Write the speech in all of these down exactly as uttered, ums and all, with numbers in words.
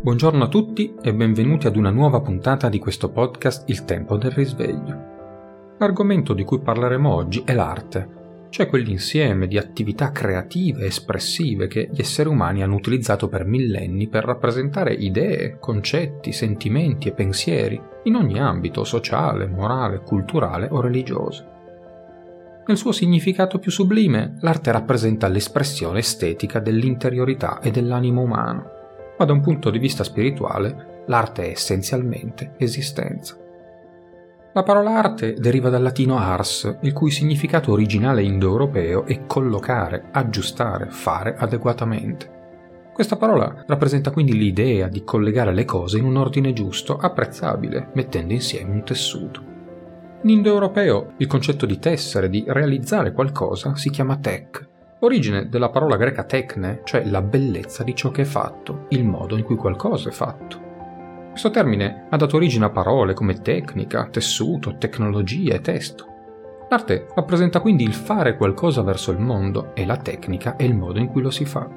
Buongiorno a tutti e benvenuti ad una nuova puntata di questo podcast Il tempo del risveglio. L'argomento di cui parleremo oggi è l'arte, cioè quell'insieme di attività creative e espressive che gli esseri umani hanno utilizzato per millenni per rappresentare idee, concetti, sentimenti e pensieri in ogni ambito sociale, morale, culturale o religioso. Nel suo significato più sublime, l'arte rappresenta l'espressione estetica dell'interiorità e dell'animo umano, ma da un punto di vista spirituale, l'arte è essenzialmente esistenza. La parola arte deriva dal latino ars, il cui significato originale indoeuropeo è collocare, aggiustare, fare adeguatamente. Questa parola rappresenta quindi l'idea di collegare le cose in un ordine giusto, apprezzabile, mettendo insieme un tessuto. In indoeuropeo il concetto di tessere, di realizzare qualcosa, si chiama tek, origine della parola greca tekne, cioè la bellezza di ciò che è fatto, il modo in cui qualcosa è fatto. Questo termine ha dato origine a parole come tecnica, tessuto, tecnologia e testo. L'arte rappresenta quindi il fare qualcosa verso il mondo e la tecnica è il modo in cui lo si fa.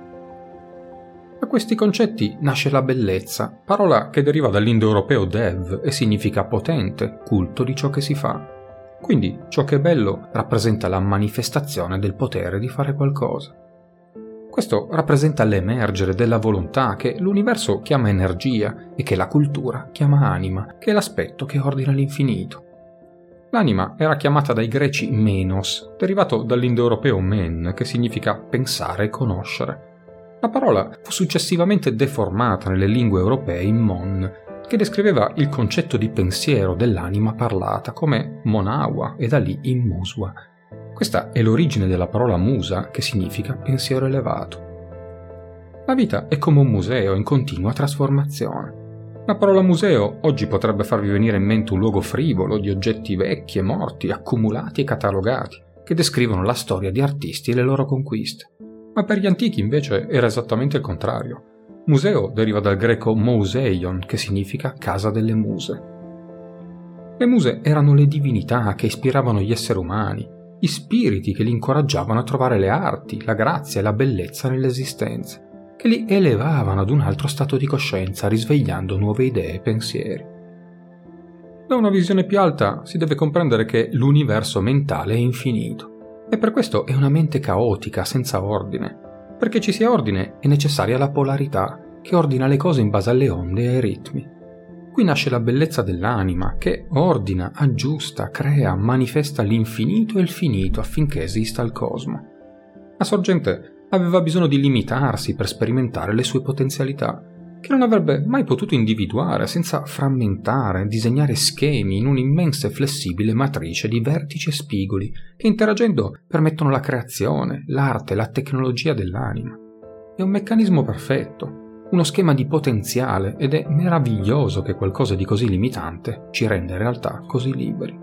Da questi concetti nasce la bellezza, parola che deriva dall'indoeuropeo dev e significa potente, culto di ciò che si fa. Quindi ciò che è bello rappresenta la manifestazione del potere di fare qualcosa. Questo rappresenta l'emergere della volontà che l'universo chiama energia e che la cultura chiama anima, che è l'aspetto che ordina l'infinito. L'anima era chiamata dai greci menos, derivato dall'indoeuropeo men, che significa pensare e conoscere. La parola fu successivamente deformata nelle lingue europee in mon, che descriveva il concetto di pensiero dell'anima parlata come monawa e da lì in muswa. Questa è l'origine della parola musa, che significa pensiero elevato. La vita è come un museo in continua trasformazione. La parola museo oggi potrebbe farvi venire in mente un luogo frivolo di oggetti vecchi e morti, accumulati e catalogati, che descrivono la storia di artisti e le loro conquiste. Ma per gli antichi invece era esattamente il contrario. Museo deriva dal greco mouseion, che significa casa delle muse. Le muse erano le divinità che ispiravano gli esseri umani, gli spiriti che li incoraggiavano a trovare le arti, la grazia e la bellezza nell'esistenza, che li elevavano ad un altro stato di coscienza, risvegliando nuove idee e pensieri. Da una visione più alta si deve comprendere che l'universo mentale è infinito, e per questo è una mente caotica, senza ordine. Perché ci sia ordine è necessaria la polarità, che ordina le cose in base alle onde e ai ritmi. Qui nasce la bellezza dell'anima, che ordina, aggiusta, crea, manifesta l'infinito e il finito affinché esista il cosmo. La sorgente aveva bisogno di limitarsi per sperimentare le sue potenzialità, che non avrebbe mai potuto individuare senza frammentare, disegnare schemi in un'immensa e flessibile matrice di vertici e spigoli che interagendo permettono la creazione, l'arte, la tecnologia dell'anima. È un meccanismo perfetto, uno schema di potenziale ed è meraviglioso che qualcosa di così limitante ci renda in realtà così liberi.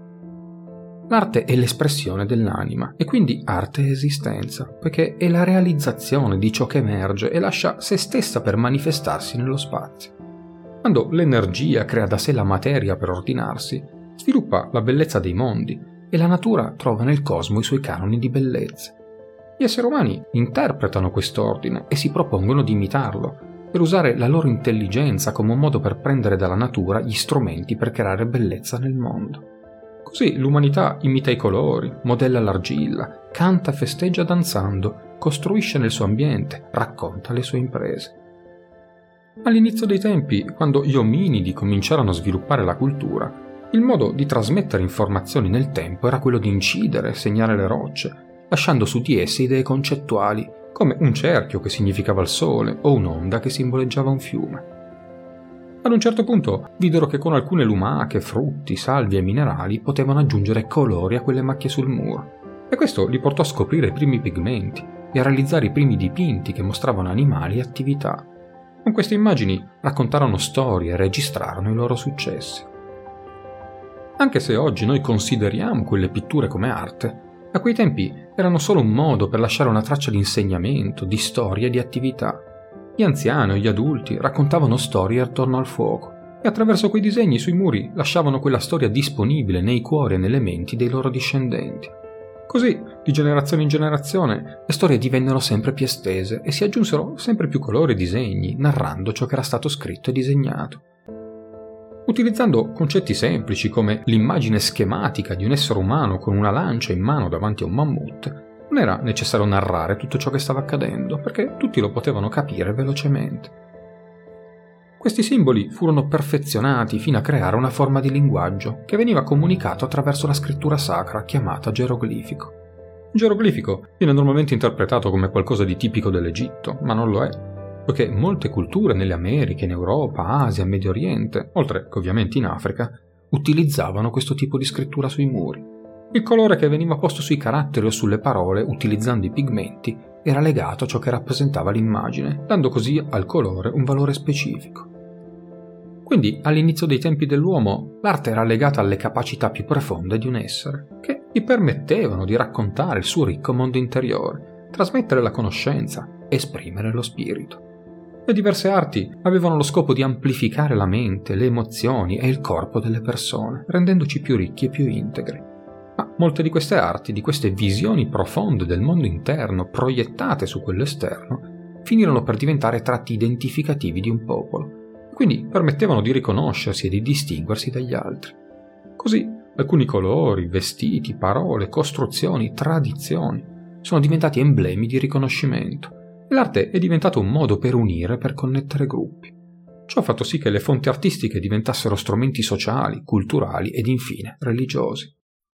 L'arte è l'espressione dell'anima e quindi arte è esistenza, poiché è la realizzazione di ciò che emerge e lascia se stessa per manifestarsi nello spazio. Quando l'energia crea da sé la materia per ordinarsi, sviluppa la bellezza dei mondi e la natura trova nel cosmo i suoi canoni di bellezza. Gli esseri umani interpretano quest'ordine e si propongono di imitarlo, per usare la loro intelligenza come un modo per prendere dalla natura gli strumenti per creare bellezza nel mondo. Così l'umanità imita i colori, modella l'argilla, canta e festeggia danzando, costruisce nel suo ambiente, racconta le sue imprese. All'inizio dei tempi, quando gli ominidi cominciarono a sviluppare la cultura, il modo di trasmettere informazioni nel tempo era quello di incidere, segnare le rocce, lasciando su di esse idee concettuali, come un cerchio che significava il sole o un'onda che simboleggiava un fiume. Ad un certo punto videro che con alcune lumache, frutti, salvie e minerali potevano aggiungere colori a quelle macchie sul muro, e questo li portò a scoprire i primi pigmenti e a realizzare i primi dipinti che mostravano animali e attività. Con queste immagini raccontarono storie e registrarono i loro successi. Anche se oggi noi consideriamo quelle pitture come arte, a quei tempi erano solo un modo per lasciare una traccia di insegnamento, di storia e di attività. Gli anziani o gli adulti raccontavano storie attorno al fuoco e attraverso quei disegni sui muri lasciavano quella storia disponibile nei cuori e nelle menti dei loro discendenti. Così, di generazione in generazione, le storie divennero sempre più estese e si aggiunsero sempre più colori e disegni, narrando ciò che era stato scritto e disegnato. Utilizzando concetti semplici come l'immagine schematica di un essere umano con una lancia in mano davanti a un mammut, non era necessario narrare tutto ciò che stava accadendo, perché tutti lo potevano capire velocemente. Questi simboli furono perfezionati fino a creare una forma di linguaggio che veniva comunicato attraverso la scrittura sacra chiamata geroglifico. Il geroglifico viene normalmente interpretato come qualcosa di tipico dell'Egitto, ma non lo è, poiché molte culture nelle Americhe, in Europa, Asia, Medio Oriente, oltre che ovviamente in Africa, utilizzavano questo tipo di scrittura sui muri. Il colore che veniva posto sui caratteri o sulle parole utilizzando i pigmenti era legato a ciò che rappresentava l'immagine, dando così al colore un valore specifico. Quindi, all'inizio dei tempi dell'uomo, l'arte era legata alle capacità più profonde di un essere, che gli permettevano di raccontare il suo ricco mondo interiore, trasmettere la conoscenza, esprimere lo spirito. Le diverse arti avevano lo scopo di amplificare la mente, le emozioni e il corpo delle persone, rendendoci più ricchi e più integri. Ma molte di queste arti, di queste visioni profonde del mondo interno proiettate su quello esterno, finirono per diventare tratti identificativi di un popolo, quindi permettevano di riconoscersi e di distinguersi dagli altri. Così alcuni colori, vestiti, parole, costruzioni, tradizioni sono diventati emblemi di riconoscimento e l'arte è diventata un modo per unire, per connettere gruppi. Ciò ha fatto sì che le fonti artistiche diventassero strumenti sociali, culturali ed infine religiosi.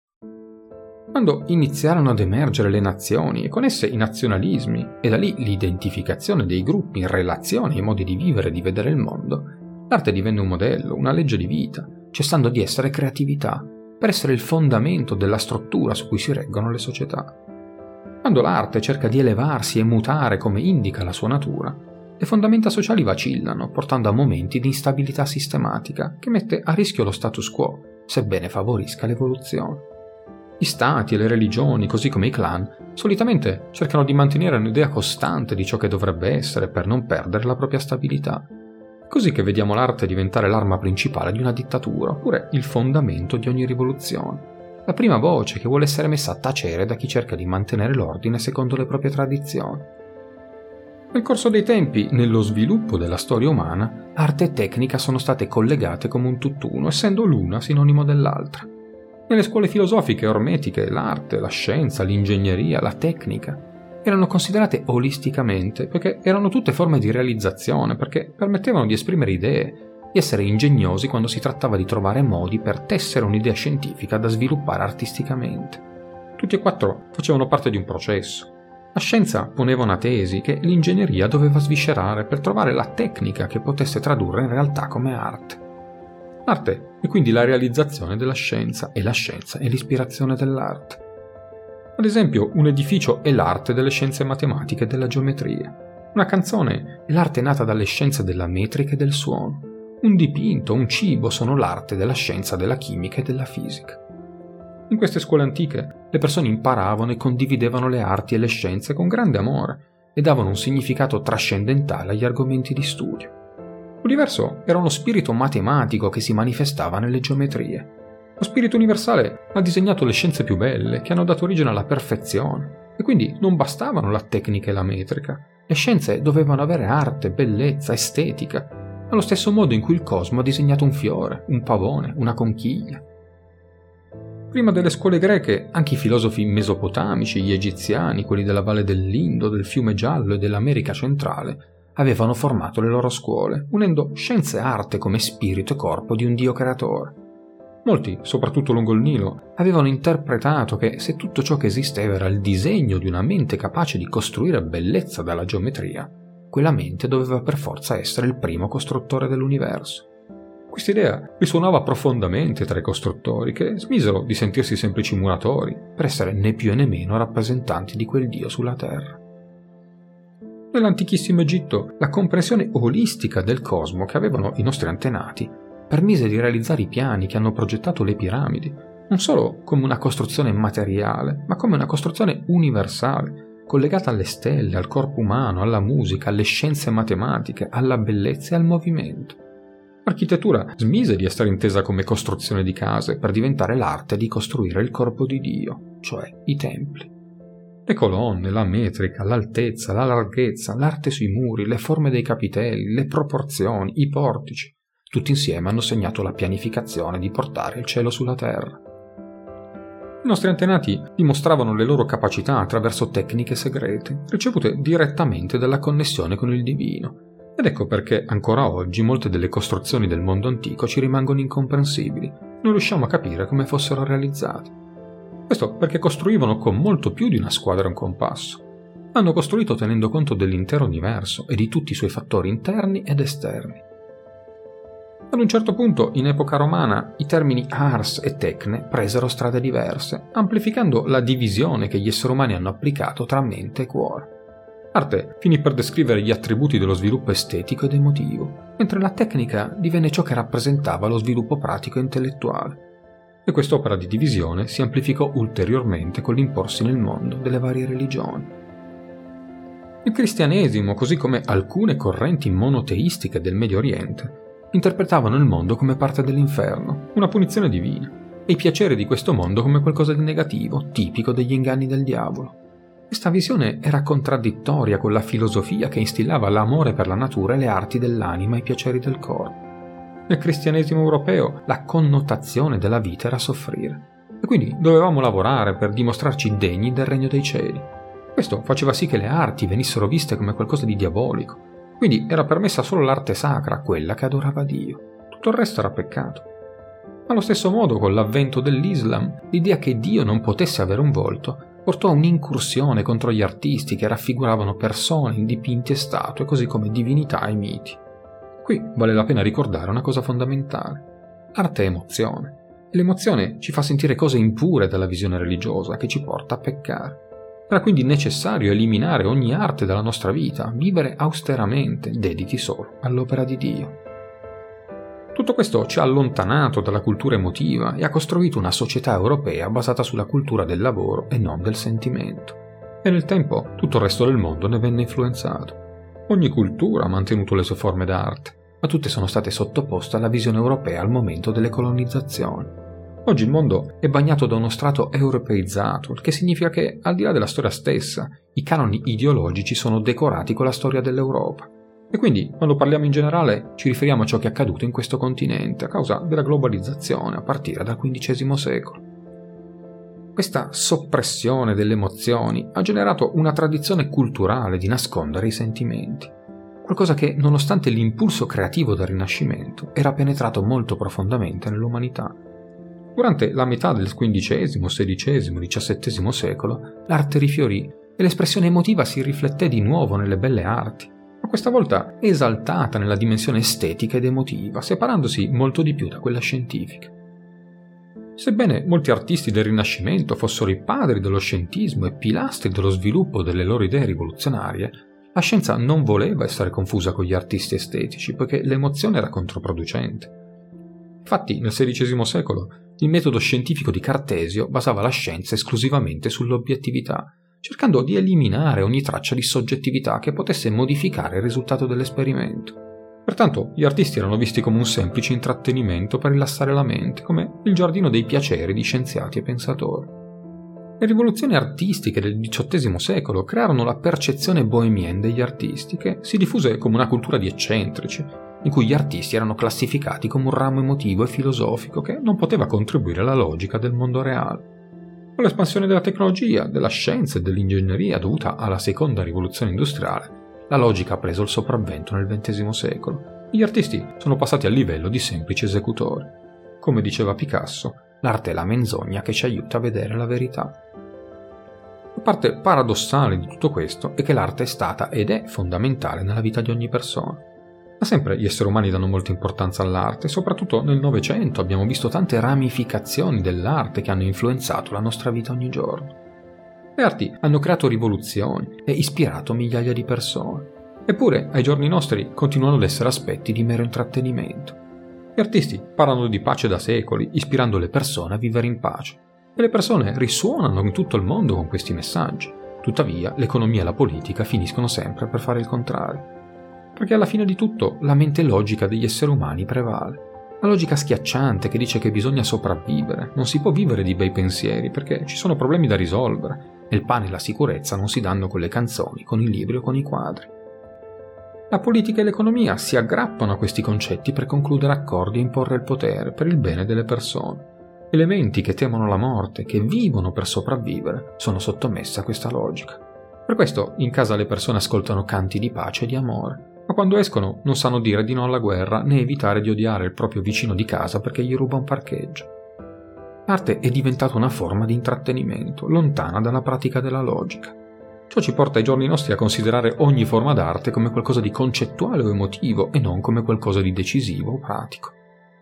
Quando iniziarono ad emergere le nazioni e con esse i nazionalismi e da lì l'identificazione dei gruppi in relazione ai modi di vivere e di vedere il mondo, l'arte divenne un modello, una legge di vita, cessando di essere creatività, per essere il fondamento della struttura su cui si reggono le società. Quando l'arte cerca di elevarsi e mutare come indica la sua natura, le fondamenta sociali vacillano, portando a momenti di instabilità sistematica che mette a rischio lo status quo, sebbene favorisca l'evoluzione. Gli stati e le religioni, così come i clan, solitamente cercano di mantenere un'idea costante di ciò che dovrebbe essere per non perdere la propria stabilità. È così che vediamo l'arte diventare l'arma principale di una dittatura, oppure il fondamento di ogni rivoluzione. La prima voce che vuole essere messa a tacere da chi cerca di mantenere l'ordine secondo le proprie tradizioni. Nel corso dei tempi, nello sviluppo della storia umana, arte e tecnica sono state collegate come un tutt'uno, essendo l'una sinonimo dell'altra. Nelle scuole filosofiche ormetiche l'arte, la scienza, l'ingegneria, la tecnica erano considerate olisticamente perché erano tutte forme di realizzazione, perché permettevano di esprimere idee, di essere ingegnosi quando si trattava di trovare modi per tessere un'idea scientifica da sviluppare artisticamente. Tutti e quattro facevano parte di un processo. La scienza poneva una tesi che l'ingegneria doveva sviscerare per trovare la tecnica che potesse tradurre in realtà come arte. L'arte è quindi la realizzazione della scienza e la scienza è l'ispirazione dell'arte. Ad esempio, un edificio è l'arte delle scienze matematiche e della geometria. Una canzone è l'arte nata dalle scienze della metrica e del suono. Un dipinto, un cibo sono l'arte della scienza della chimica e della fisica. In queste scuole antiche le persone imparavano e condividevano le arti e le scienze con grande amore e davano un significato trascendentale agli argomenti di studio. L'universo era uno spirito matematico che si manifestava nelle geometrie. Lo spirito universale ha disegnato le scienze più belle, che hanno dato origine alla perfezione, e quindi non bastavano la tecnica e la metrica. Le scienze dovevano avere arte, bellezza, estetica, allo stesso modo in cui il cosmo ha disegnato un fiore, un pavone, una conchiglia. Prima delle scuole greche, anche i filosofi mesopotamici, gli egiziani, quelli della valle dell'Indo, del fiume Giallo e dell'America centrale, avevano formato le loro scuole, unendo scienza e arte come spirito e corpo di un dio creatore. Molti, soprattutto lungo il Nilo, avevano interpretato che se tutto ciò che esisteva era il disegno di una mente capace di costruire bellezza dalla geometria, quella mente doveva per forza essere il primo costruttore dell'universo. Quest'idea risuonava profondamente tra i costruttori, che smisero di sentirsi semplici muratori, per essere né più né meno rappresentanti di quel dio sulla terra. Nell'antichissimo Egitto, la comprensione olistica del cosmo che avevano i nostri antenati permise di realizzare i piani che hanno progettato le piramidi, non solo come una costruzione materiale, ma come una costruzione universale, collegata alle stelle, al corpo umano, alla musica, alle scienze matematiche, alla bellezza e al movimento. L'architettura smise di essere intesa come costruzione di case per diventare l'arte di costruire il corpo di Dio, cioè i templi. Le colonne, la metrica, l'altezza, la larghezza, l'arte sui muri, le forme dei capitelli, le proporzioni, i portici, tutti insieme hanno segnato la pianificazione di portare il cielo sulla terra. I nostri antenati dimostravano le loro capacità attraverso tecniche segrete, ricevute direttamente dalla connessione con il divino. Ed ecco perché ancora oggi molte delle costruzioni del mondo antico ci rimangono incomprensibili, non riusciamo a capire come fossero realizzate. Questo perché costruivano con molto più di una squadra e un compasso. Hanno costruito tenendo conto dell'intero universo e di tutti i suoi fattori interni ed esterni. Ad un certo punto, in epoca romana, i termini ars e tecne presero strade diverse, amplificando la divisione che gli esseri umani hanno applicato tra mente e cuore. Arte finì per descrivere gli attributi dello sviluppo estetico ed emotivo, mentre la tecnica divenne ciò che rappresentava lo sviluppo pratico e intellettuale. E quest'opera di divisione si amplificò ulteriormente con l'imporsi nel mondo delle varie religioni. Il cristianesimo, così come alcune correnti monoteistiche del Medio Oriente, interpretavano il mondo come parte dell'inferno, una punizione divina, e i piaceri di questo mondo come qualcosa di negativo, tipico degli inganni del diavolo. Questa visione era contraddittoria con la filosofia che instillava l'amore per la natura e le arti dell'anima e i piaceri del corpo. Nel cristianesimo europeo la connotazione della vita era soffrire, e quindi dovevamo lavorare per dimostrarci degni del regno dei cieli. Questo faceva sì che le arti venissero viste come qualcosa di diabolico, quindi era permessa solo l'arte sacra, quella che adorava Dio. Tutto il resto era peccato. Allo stesso modo, con l'avvento dell'Islam, l'idea che Dio non potesse avere un volto portò a un'incursione contro gli artisti che raffiguravano persone in dipinti e statue, così come divinità e miti. Qui vale la pena ricordare una cosa fondamentale. L'arte è emozione, e l'emozione ci fa sentire cose impure dalla visione religiosa che ci porta a peccare. Era quindi necessario eliminare ogni arte dalla nostra vita, vivere austeramente, dediti solo all'opera di Dio. Tutto questo ci ha allontanato dalla cultura emotiva e ha costruito una società europea basata sulla cultura del lavoro e non del sentimento. E nel tempo tutto il resto del mondo ne venne influenzato. Ogni cultura ha mantenuto le sue forme d'arte, ma tutte sono state sottoposte alla visione europea al momento delle colonizzazioni. Oggi il mondo è bagnato da uno strato europeizzato, il che significa che, al di là della storia stessa, i canoni ideologici sono decorati con la storia dell'Europa. E quindi, quando parliamo in generale, ci riferiamo a ciò che è accaduto in questo continente a causa della globalizzazione a partire dal quindicesimo secolo. Questa soppressione delle emozioni ha generato una tradizione culturale di nascondere i sentimenti, qualcosa che, nonostante l'impulso creativo del Rinascimento, era penetrato molto profondamente nell'umanità. Durante la metà del quindicesimo, sedicesimo, diciassettesimo secolo, l'arte rifiorì e l'espressione emotiva si rifletté di nuovo nelle belle arti, ma questa volta esaltata nella dimensione estetica ed emotiva, separandosi molto di più da quella scientifica. Sebbene molti artisti del Rinascimento fossero i padri dello scientismo e pilastri dello sviluppo delle loro idee rivoluzionarie, la scienza non voleva essere confusa con gli artisti estetici, poiché l'emozione era controproducente. Infatti, nel sedicesimo secolo, il metodo scientifico di Cartesio basava la scienza esclusivamente sull'obiettività, cercando di eliminare ogni traccia di soggettività che potesse modificare il risultato dell'esperimento. Pertanto, gli artisti erano visti come un semplice intrattenimento per rilassare la mente, come il giardino dei piaceri di scienziati e pensatori. Le rivoluzioni artistiche del diciottesimo secolo crearono la percezione bohemienne degli artisti, che si diffuse come una cultura di eccentrici, in cui gli artisti erano classificati come un ramo emotivo e filosofico che non poteva contribuire alla logica del mondo reale. Con l'espansione della tecnologia, della scienza e dell'ingegneria dovuta alla seconda rivoluzione industriale, la logica ha preso il sopravvento nel ventesimo secolo. Gli artisti sono passati al livello di semplici esecutori. Come diceva Picasso, l'arte è la menzogna che ci aiuta a vedere la verità. La parte paradossale di tutto questo è che l'arte è stata ed è fondamentale nella vita di ogni persona. Da sempre gli esseri umani danno molta importanza all'arte e soprattutto nel Novecento abbiamo visto tante ramificazioni dell'arte che hanno influenzato la nostra vita ogni giorno. Le arti hanno creato rivoluzioni e ispirato migliaia di persone, eppure ai giorni nostri continuano ad essere aspetti di mero intrattenimento. Gli artisti parlano di pace da secoli, ispirando le persone a vivere in pace, e le persone risuonano in tutto il mondo con questi messaggi. Tuttavia, l'economia e la politica finiscono sempre per fare il contrario. Perché alla fine di tutto la mente logica degli esseri umani prevale. La logica schiacciante che dice che bisogna sopravvivere, non si può vivere di bei pensieri perché ci sono problemi da risolvere e il pane e la sicurezza non si danno con le canzoni, con i libri o con i quadri. La politica e l'economia si aggrappano a questi concetti per concludere accordi e imporre il potere per il bene delle persone. Elementi che temono la morte, che vivono per sopravvivere, sono sottomessi a questa logica. Per questo in casa le persone ascoltano canti di pace e di amore, ma quando escono non sanno dire di no alla guerra né evitare di odiare il proprio vicino di casa perché gli ruba un parcheggio. L'arte è diventata una forma di intrattenimento, lontana dalla pratica della logica. Ciò ci porta ai giorni nostri a considerare ogni forma d'arte come qualcosa di concettuale o emotivo e non come qualcosa di decisivo o pratico.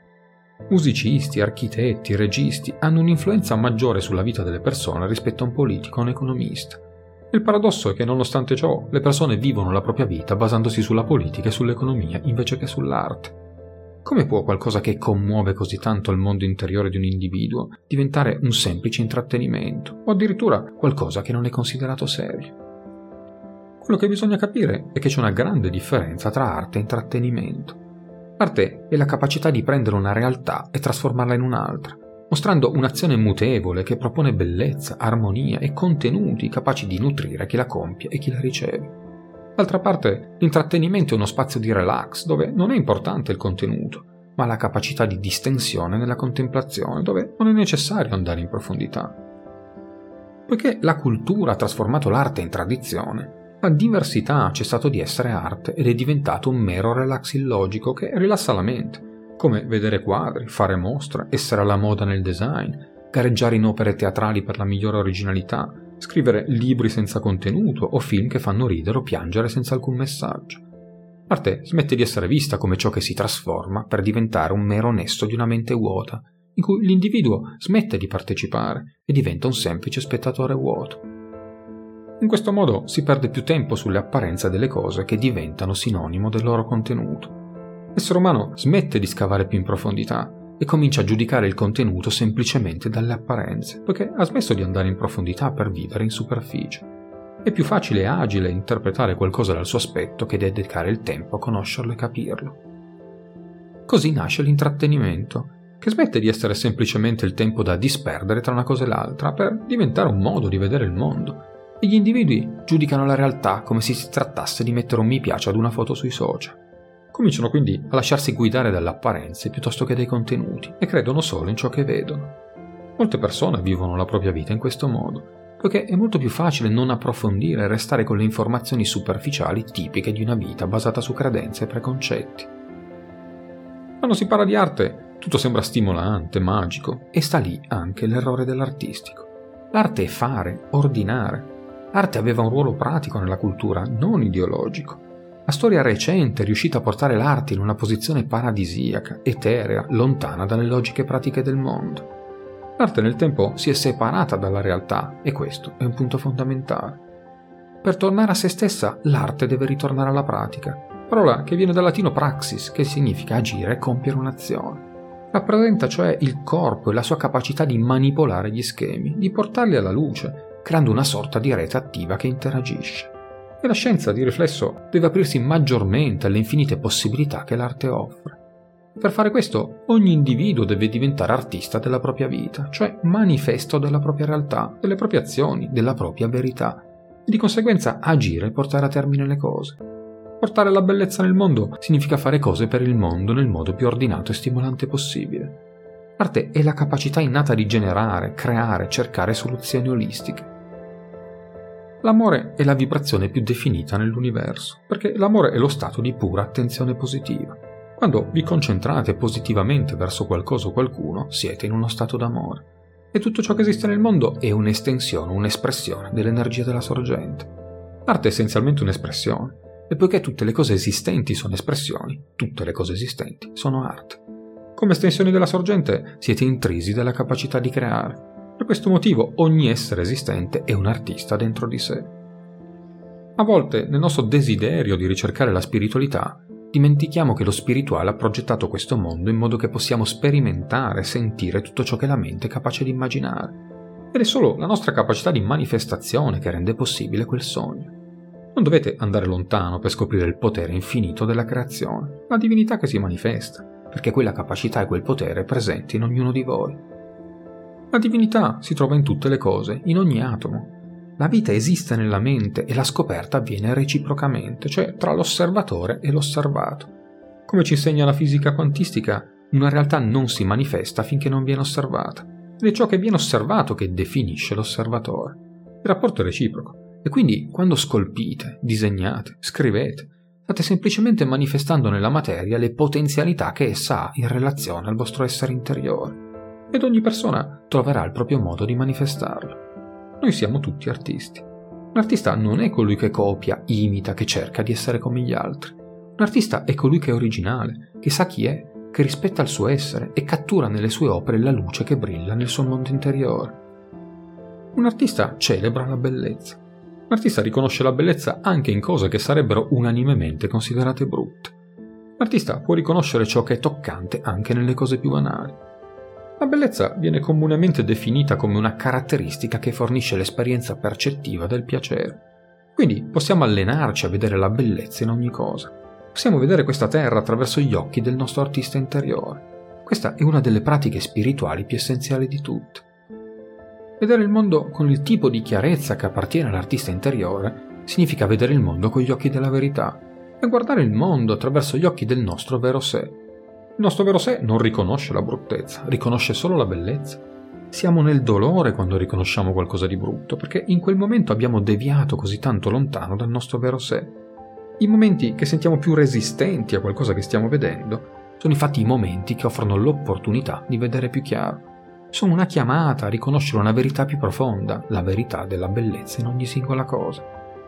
Musicisti, architetti, registi hanno un'influenza maggiore sulla vita delle persone rispetto a un politico o un economista. Il paradosso è che nonostante ciò le persone vivono la propria vita basandosi sulla politica e sull'economia invece che sull'arte. Come può qualcosa che commuove così tanto il mondo interiore di un individuo diventare un semplice intrattenimento o addirittura qualcosa che non è considerato serio? Quello che bisogna capire è che c'è una grande differenza tra arte e intrattenimento. L'arte è la capacità di prendere una realtà e trasformarla in un'altra, mostrando un'azione mutevole che propone bellezza, armonia e contenuti capaci di nutrire chi la compie e chi la riceve. D'altra parte, l'intrattenimento è uno spazio di relax dove non è importante il contenuto, ma la capacità di distensione nella contemplazione dove non è necessario andare in profondità. Poiché la cultura ha trasformato l'arte in tradizione, la diversità ha cessato di essere arte ed è diventato un mero relax illogico che rilassa la mente, come vedere quadri, fare mostre, essere alla moda nel design, gareggiare in opere teatrali per la migliore originalità, scrivere libri senza contenuto o film che fanno ridere o piangere senza alcun messaggio. L'arte smette di essere vista come ciò che si trasforma per diventare un mero nesso di una mente vuota, in cui l'individuo smette di partecipare e diventa un semplice spettatore vuoto. In questo modo si perde più tempo sulle apparenze delle cose che diventano sinonimo del loro contenuto. L'essere umano smette di scavare più in profondità e comincia a giudicare il contenuto semplicemente dalle apparenze, poiché ha smesso di andare in profondità per vivere in superficie. È più facile e agile interpretare qualcosa dal suo aspetto che dedicare il tempo a conoscerlo e capirlo. Così nasce l'intrattenimento, che smette di essere semplicemente il tempo da disperdere tra una cosa e l'altra per diventare un modo di vedere il mondo, e gli individui giudicano la realtà come se si trattasse di mettere un mi piace ad una foto sui social. Cominciano quindi a lasciarsi guidare dalle apparenze piuttosto che dai contenuti e credono solo in ciò che vedono. Molte persone vivono la propria vita in questo modo, poiché è molto più facile non approfondire e restare con le informazioni superficiali tipiche di una vita basata su credenze e preconcetti. Quando si parla di arte, tutto sembra stimolante, magico, e sta lì anche l'errore dell'artistico. L'arte è fare, ordinare. L'arte aveva un ruolo pratico nella cultura, non ideologico. La storia recente è riuscita a portare l'arte in una posizione paradisiaca, eterea, lontana dalle logiche pratiche del mondo. L'arte nel tempo si è separata dalla realtà e questo è un punto fondamentale. Per tornare a se stessa, l'arte deve ritornare alla pratica, parola che viene dal latino praxis, che significa agire e compiere un'azione. Rappresenta cioè il corpo e la sua capacità di manipolare gli schemi, di portarli alla luce, creando una sorta di rete attiva che interagisce. E la scienza, di riflesso, deve aprirsi maggiormente alle infinite possibilità che l'arte offre. Per fare questo, ogni individuo deve diventare artista della propria vita, cioè manifesto della propria realtà, delle proprie azioni, della propria verità, e di conseguenza agire e portare a termine le cose. Portare la bellezza nel mondo significa fare cose per il mondo nel modo più ordinato e stimolante possibile. L'arte è la capacità innata di generare, creare, cercare soluzioni olistiche. L'amore è la vibrazione più definita nell'universo, perché l'amore è lo stato di pura attenzione positiva. Quando vi concentrate positivamente verso qualcosa o qualcuno, siete in uno stato d'amore. E tutto ciò che esiste nel mondo è un'estensione, un'espressione dell'energia della sorgente. L'arte è essenzialmente un'espressione, e poiché tutte le cose esistenti sono espressioni, tutte le cose esistenti sono arte. Come estensioni della sorgente siete intrisi della capacità di creare. Per questo motivo ogni essere esistente è un artista dentro di sé. A volte, nel nostro desiderio di ricercare la spiritualità, dimentichiamo che lo spirituale ha progettato questo mondo in modo che possiamo sperimentare e sentire tutto ciò che la mente è capace di immaginare. Ed è solo la nostra capacità di manifestazione che rende possibile quel sogno. Non dovete andare lontano per scoprire il potere infinito della creazione, la divinità che si manifesta, perché quella capacità e quel potere è presente in ognuno di voi. La divinità si trova in tutte le cose, in ogni atomo. La vita esiste nella mente e la scoperta avviene reciprocamente, cioè tra l'osservatore e l'osservato. Come ci insegna la fisica quantistica, una realtà non si manifesta finché non viene osservata, ed è ciò che viene osservato che definisce l'osservatore. Il rapporto è reciproco. E quindi quando scolpite, disegnate, scrivete, state semplicemente manifestando nella materia le potenzialità che essa ha in relazione al vostro essere interiore. Ed ogni persona troverà il proprio modo di manifestarlo. Noi siamo tutti artisti. Un artista non è colui che copia, imita, che cerca di essere come gli altri. Un artista è colui che è originale, che sa chi è, che rispetta il suo essere e cattura nelle sue opere la luce che brilla nel suo mondo interiore. Un artista celebra la bellezza. Un artista riconosce la bellezza anche in cose che sarebbero unanimemente considerate brutte. Un artista può riconoscere ciò che è toccante anche nelle cose più banali. La bellezza viene comunemente definita come una caratteristica che fornisce l'esperienza percettiva del piacere. Quindi possiamo allenarci a vedere la bellezza in ogni cosa. Possiamo vedere questa terra attraverso gli occhi del nostro artista interiore. Questa è una delle pratiche spirituali più essenziali di tutte. Vedere il mondo con il tipo di chiarezza che appartiene all'artista interiore significa vedere il mondo con gli occhi della verità e guardare il mondo attraverso gli occhi del nostro vero sé. Il nostro vero sé non riconosce la bruttezza, riconosce solo la bellezza. Siamo nel dolore quando riconosciamo qualcosa di brutto, perché in quel momento abbiamo deviato così tanto lontano dal nostro vero sé. I momenti che sentiamo più resistenti a qualcosa che stiamo vedendo sono infatti i momenti che offrono l'opportunità di vedere più chiaro. Sono una chiamata a riconoscere una verità più profonda, la verità della bellezza in ogni singola cosa.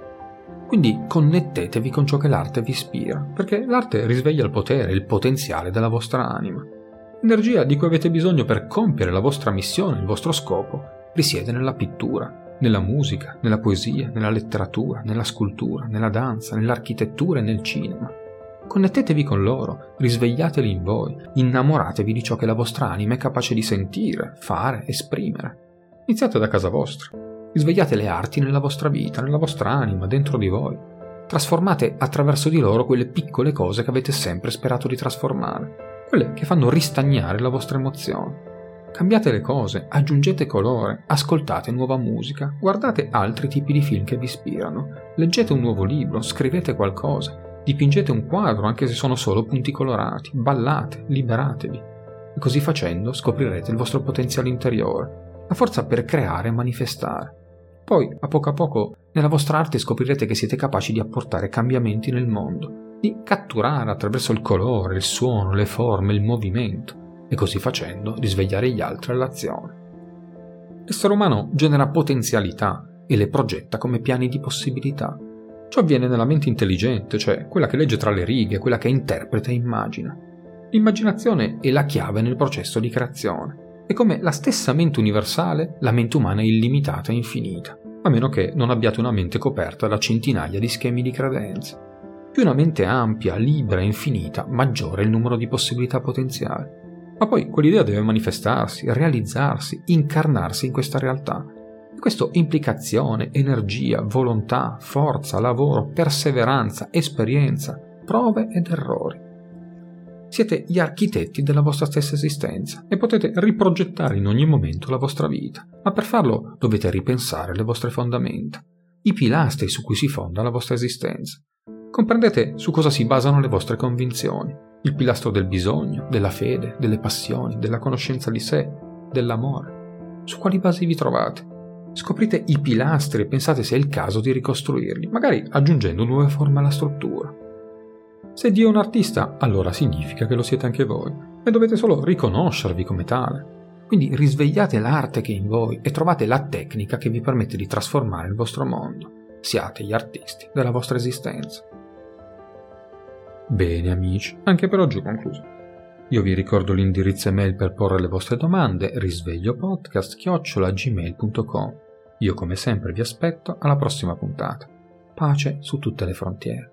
Quindi connettetevi con ciò che l'arte vi ispira, perché l'arte risveglia il potere, il potenziale della vostra anima. L'energia di cui avete bisogno per compiere la vostra missione, il vostro scopo, risiede nella pittura, nella musica, nella poesia, nella letteratura, nella scultura, nella danza, nell'architettura e nel cinema. Connettetevi con loro, risvegliateli in voi, innamoratevi di ciò che la vostra anima è capace di sentire, fare, esprimere. Iniziate da casa vostra. Risvegliate le arti nella vostra vita, nella vostra anima, dentro di voi. Trasformate attraverso di loro quelle piccole cose che avete sempre sperato di trasformare, quelle che fanno ristagnare la vostra emozione. Cambiate le cose, aggiungete colore, ascoltate nuova musica, guardate altri tipi di film che vi ispirano, leggete un nuovo libro, scrivete qualcosa. Dipingete un quadro anche se sono solo punti colorati, ballate, liberatevi. E così facendo scoprirete il vostro potenziale interiore, la forza per creare e manifestare. Poi, a poco a poco, nella vostra arte scoprirete che siete capaci di apportare cambiamenti nel mondo, di catturare attraverso il colore, il suono, le forme, il movimento, e così facendo risvegliare gli altri all'azione. L'essere umano genera potenzialità e le progetta come piani di possibilità. Ciò avviene nella mente intelligente, cioè quella che legge tra le righe, quella che interpreta e immagina. L'immaginazione è la chiave nel processo di creazione. E come la stessa mente universale, la mente umana è illimitata e infinita, a meno che non abbiate una mente coperta da centinaia di schemi di credenze. Più una mente ampia, libera e infinita, maggiore è il numero di possibilità potenziali. Ma poi quell'idea deve manifestarsi, realizzarsi, incarnarsi in questa realtà. Questo implica azione, energia, volontà, forza, lavoro, perseveranza, esperienza, prove ed errori. Siete gli architetti della vostra stessa esistenza e potete riprogettare in ogni momento la vostra vita, ma per farlo dovete ripensare le vostre fondamenta, i pilastri su cui si fonda la vostra esistenza. Comprendete su cosa si basano le vostre convinzioni, il pilastro del bisogno, della fede, delle passioni, della conoscenza di sé, dell'amore. Su quali basi vi trovate? Scoprite i pilastri e pensate se è il caso di ricostruirli, magari aggiungendo nuove forme alla struttura. Se Dio è un artista, allora significa che lo siete anche voi, e dovete solo riconoscervi come tale. Quindi risvegliate l'arte che è in voi e trovate la tecnica che vi permette di trasformare il vostro mondo. Siate gli artisti della vostra esistenza. Bene amici, anche per oggi ho concluso. Io vi ricordo l'indirizzo email per porre le vostre domande, risvegliopodcast chiocciola gmail punto com. Io come sempre vi aspetto alla prossima puntata. Pace su tutte le frontiere.